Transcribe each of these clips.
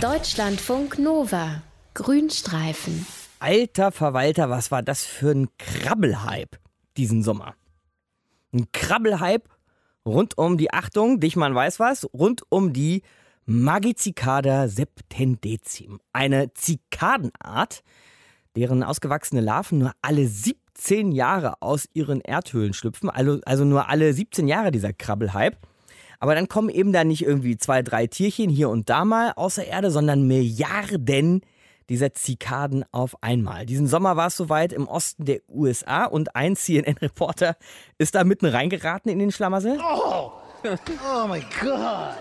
Deutschlandfunk Nova. Grünstreifen. Alter Verwalter, was war das für ein Krabbelhype diesen Sommer? Ein Krabbelhype rund um die, Achtung, Dichmann weiß was, rund um die Magicicada septendecim. Eine Zikadenart, deren ausgewachsene Larven nur alle 17 Jahre aus ihren Erdhöhlen schlüpfen. Also nur alle 17 Jahre dieser Krabbelhype. Aber dann kommen eben da nicht irgendwie 2, 3 Tierchen hier und da mal außer Erde, sondern Milliarden dieser Zikaden auf einmal. Diesen Sommer war es soweit im Osten der USA und ein CNN-Reporter ist da mitten reingeraten in den Schlamassel. Oh my God.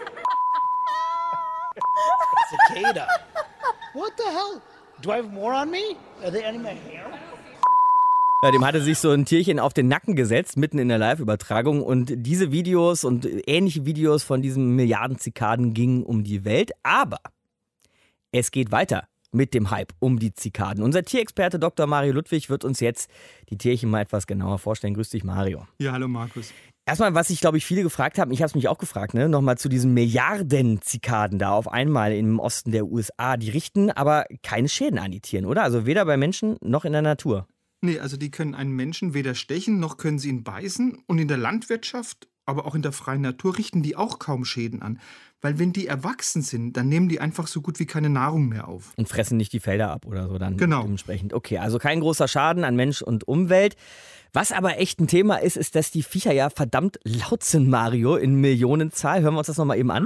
Cicada. What the hell? Do I have more on me? Are they in my hair? Ja, dem hatte sich so ein Tierchen auf den Nacken gesetzt, mitten in der Live-Übertragung. Und diese Videos und ähnliche Videos von diesen Milliarden-Zikaden gingen um die Welt. Aber es geht weiter mit dem Hype um die Zikaden. Unser Tierexperte Dr. Mario Ludwig wird uns jetzt die Tierchen mal etwas genauer vorstellen. Grüß dich, Mario. Ja, hallo Markus. Erstmal, was sich, glaube ich, viele gefragt haben, ich habe es mich auch gefragt, ne? Nochmal zu diesen Milliarden-Zikaden da auf einmal im Osten der USA. Die richten aber keine Schäden an die Tieren, oder? Also weder bei Menschen noch in der Natur. Nee, also die können einen Menschen weder stechen, noch können sie ihn beißen. Und in der Landwirtschaft, aber auch in der freien Natur richten die auch kaum Schäden an. Weil wenn die erwachsen sind, dann nehmen die einfach so gut wie keine Nahrung mehr auf. Und fressen nicht die Felder ab oder so dann genau. Dementsprechend. Okay, also kein großer Schaden an Mensch und Umwelt. Was aber echt ein Thema ist, ist, dass die Viecher ja verdammt laut sind, Mario, in Millionenzahl. Hören wir uns das nochmal eben an?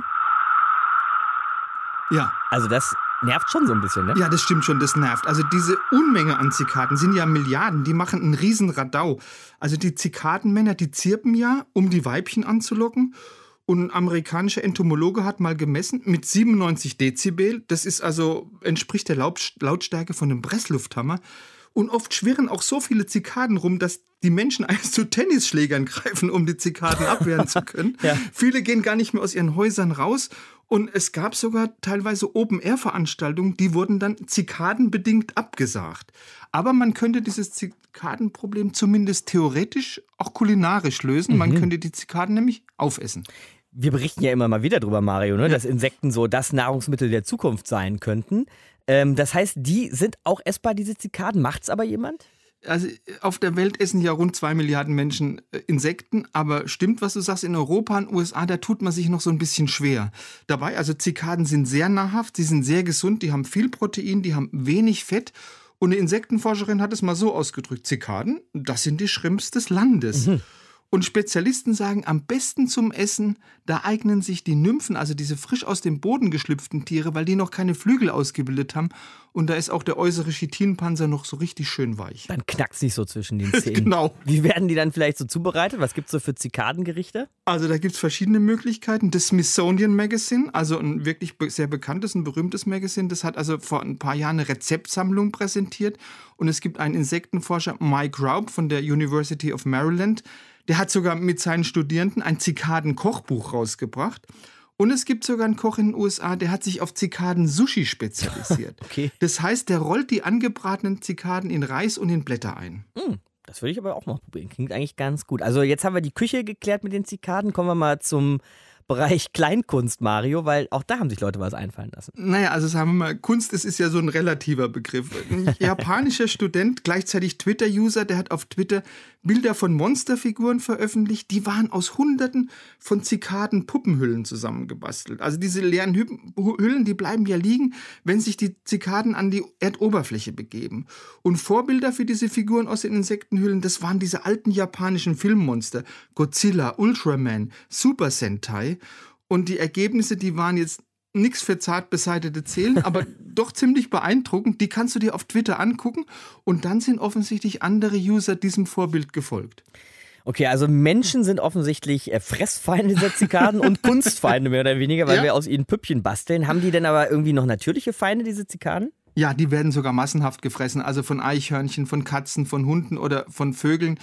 Ja. Also das nervt schon so ein bisschen, ne? Ja, das stimmt schon, das nervt. Also diese Unmenge an Zikaden sind ja Milliarden, die machen einen riesen Radau. Also die Zikadenmänner, die zirpen ja, um die Weibchen anzulocken. Und ein amerikanischer Entomologe hat mal gemessen mit 97 Dezibel. Das ist also, entspricht der Lautstärke von einem Presslufthammer. Und oft schwirren auch so viele Zikaden rum, dass die Menschen eigentlich zu Tennisschlägern greifen, um die Zikaden abwehren zu können. Ja. Viele gehen gar nicht mehr aus ihren Häusern raus. Und es gab sogar teilweise Open-Air-Veranstaltungen, die wurden dann zikadenbedingt abgesagt. Aber man könnte dieses Zikadenproblem zumindest theoretisch auch kulinarisch lösen. Man könnte die Zikaden nämlich aufessen. Wir berichten ja immer mal wieder drüber, Mario, ne? Dass Insekten so das Nahrungsmittel der Zukunft sein könnten. Das heißt, die sind auch essbar, diese Zikaden. Macht's aber jemand? Also auf der Welt essen ja rund 2 Milliarden Menschen Insekten, aber stimmt, was du sagst, in Europa und USA, da tut man sich noch so ein bisschen schwer. Dabei, also Zikaden sind sehr nahrhaft, sie sind sehr gesund, die haben viel Protein, die haben wenig Fett. Und eine Insektenforscherin hat es mal so ausgedrückt, Zikaden, das sind die Shrimps des Landes. Und Spezialisten sagen, am besten zum Essen, da eignen sich die Nymphen, also diese frisch aus dem Boden geschlüpften Tiere, weil die noch keine Flügel ausgebildet haben. Und da ist auch der äußere Chitinpanzer noch so richtig schön weich. Dann knackt's nicht so zwischen den Zähnen. Genau. Wie werden die dann vielleicht so zubereitet? Was gibt's so für Zikadengerichte? Also da gibt's verschiedene Möglichkeiten. Das Smithsonian Magazine, also ein wirklich sehr bekanntes, ein berühmtes Magazine, das hat also vor ein paar Jahren eine Rezeptsammlung präsentiert. Und es gibt einen Insektenforscher, Mike Raub von der University of Maryland, der hat sogar mit seinen Studierenden ein Zikaden-Kochbuch rausgebracht. Und es gibt sogar einen Koch in den USA, der hat sich auf Zikaden-Sushi spezialisiert. Okay. Das heißt, der rollt die angebratenen Zikaden in Reis und in Blätter ein. Das würde ich aber auch mal probieren. Klingt eigentlich ganz gut. Also jetzt haben wir die Küche geklärt mit den Zikaden. Kommen wir mal zum Bereich Kleinkunst, Mario, weil auch da haben sich Leute was einfallen lassen. Naja, also sagen wir mal, Kunst ist ja so ein relativer Begriff. Ein japanischer Student, gleichzeitig Twitter-User, der hat auf Twitter Bilder von Monsterfiguren veröffentlicht. Die waren aus Hunderten von Zikaden-Puppenhüllen zusammengebastelt. Also diese leeren Hüllen, die bleiben ja liegen, wenn sich die Zikaden an die Erdoberfläche begeben. Und Vorbilder für diese Figuren aus den Insektenhüllen, das waren diese alten japanischen Filmmonster. Godzilla, Ultraman, Super Sentai. Und die Ergebnisse, die waren jetzt nichts für zart beseitete Seelen, aber doch ziemlich beeindruckend. Die kannst du dir auf Twitter angucken. Und dann sind offensichtlich andere User diesem Vorbild gefolgt. Okay, also Menschen sind offensichtlich Fressfeinde dieser Zikaden und Kunstfeinde mehr oder weniger, weil wir aus ihnen Püppchen basteln. Haben die denn aber irgendwie noch natürliche Feinde, diese Zikaden? Ja, die werden sogar massenhaft gefressen. Also von Eichhörnchen, von Katzen, von Hunden oder von Vögeln.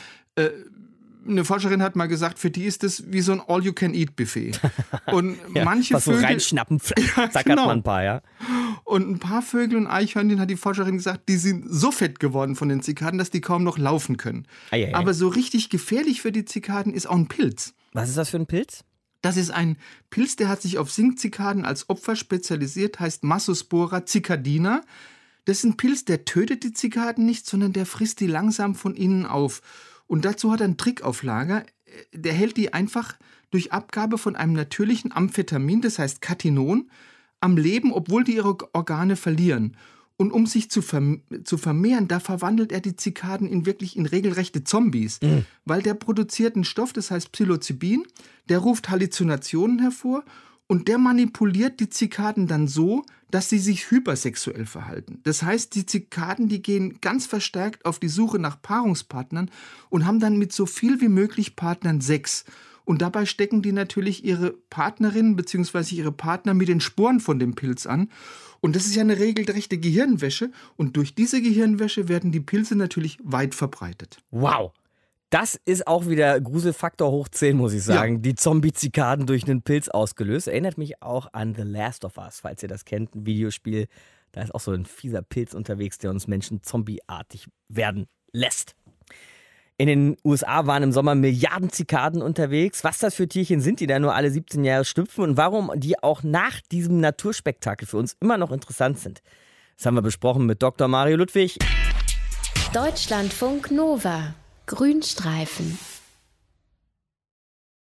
Eine Forscherin hat mal gesagt, für die ist das wie so ein All-You-Can-Eat-Buffet. Und ja, manche was so Vögel reinschnappen, zackert genau. man ein paar, ja. Und ein paar Vögel und Eichhörnchen, hat die Forscherin gesagt, die sind so fett geworden von den Zikaden, dass die kaum noch laufen können. Ei. Aber so richtig gefährlich für die Zikaden ist auch ein Pilz. Was ist das für ein Pilz? Das ist ein Pilz, der hat sich auf Singzikaden als Opfer spezialisiert, heißt Massospora cicadina. Das ist ein Pilz, der tötet die Zikaden nicht, sondern der frisst die langsam von innen auf. Und dazu hat er einen Trick auf Lager. Der hält die einfach durch Abgabe von einem natürlichen Amphetamin, das heißt Katinon, am Leben, obwohl die ihre Organe verlieren. Und um sich zu vermehren, da verwandelt er die Zikaden in regelrechte Zombies. Weil der produziert einen Stoff, das heißt Psilocybin, der ruft Halluzinationen hervor und der manipuliert die Zikaden dann so, dass sie sich hypersexuell verhalten. Das heißt, die Zikaden, die gehen ganz verstärkt auf die Suche nach Paarungspartnern und haben dann mit so viel wie möglich Partnern Sex. Und dabei stecken die natürlich ihre Partnerinnen bzw. ihre Partner mit den Sporen von dem Pilz an. Und das ist ja eine regelrechte Gehirnwäsche. Und durch diese Gehirnwäsche werden die Pilze natürlich weit verbreitet. Wow. Das ist auch wieder Gruselfaktor hoch 10, muss ich sagen. Ja. Die Zombie-Zikaden durch einen Pilz ausgelöst. Erinnert mich auch an The Last of Us, falls ihr das kennt, ein Videospiel. Da ist auch so ein fieser Pilz unterwegs, der uns Menschen zombieartig werden lässt. In den USA waren im Sommer Milliarden Zikaden unterwegs. Was das für Tierchen sind, die da nur alle 17 Jahre schlüpfen und warum die auch nach diesem Naturspektakel für uns immer noch interessant sind. Das haben wir besprochen mit Dr. Mario Ludwig. Deutschlandfunk Nova. Grünstreifen.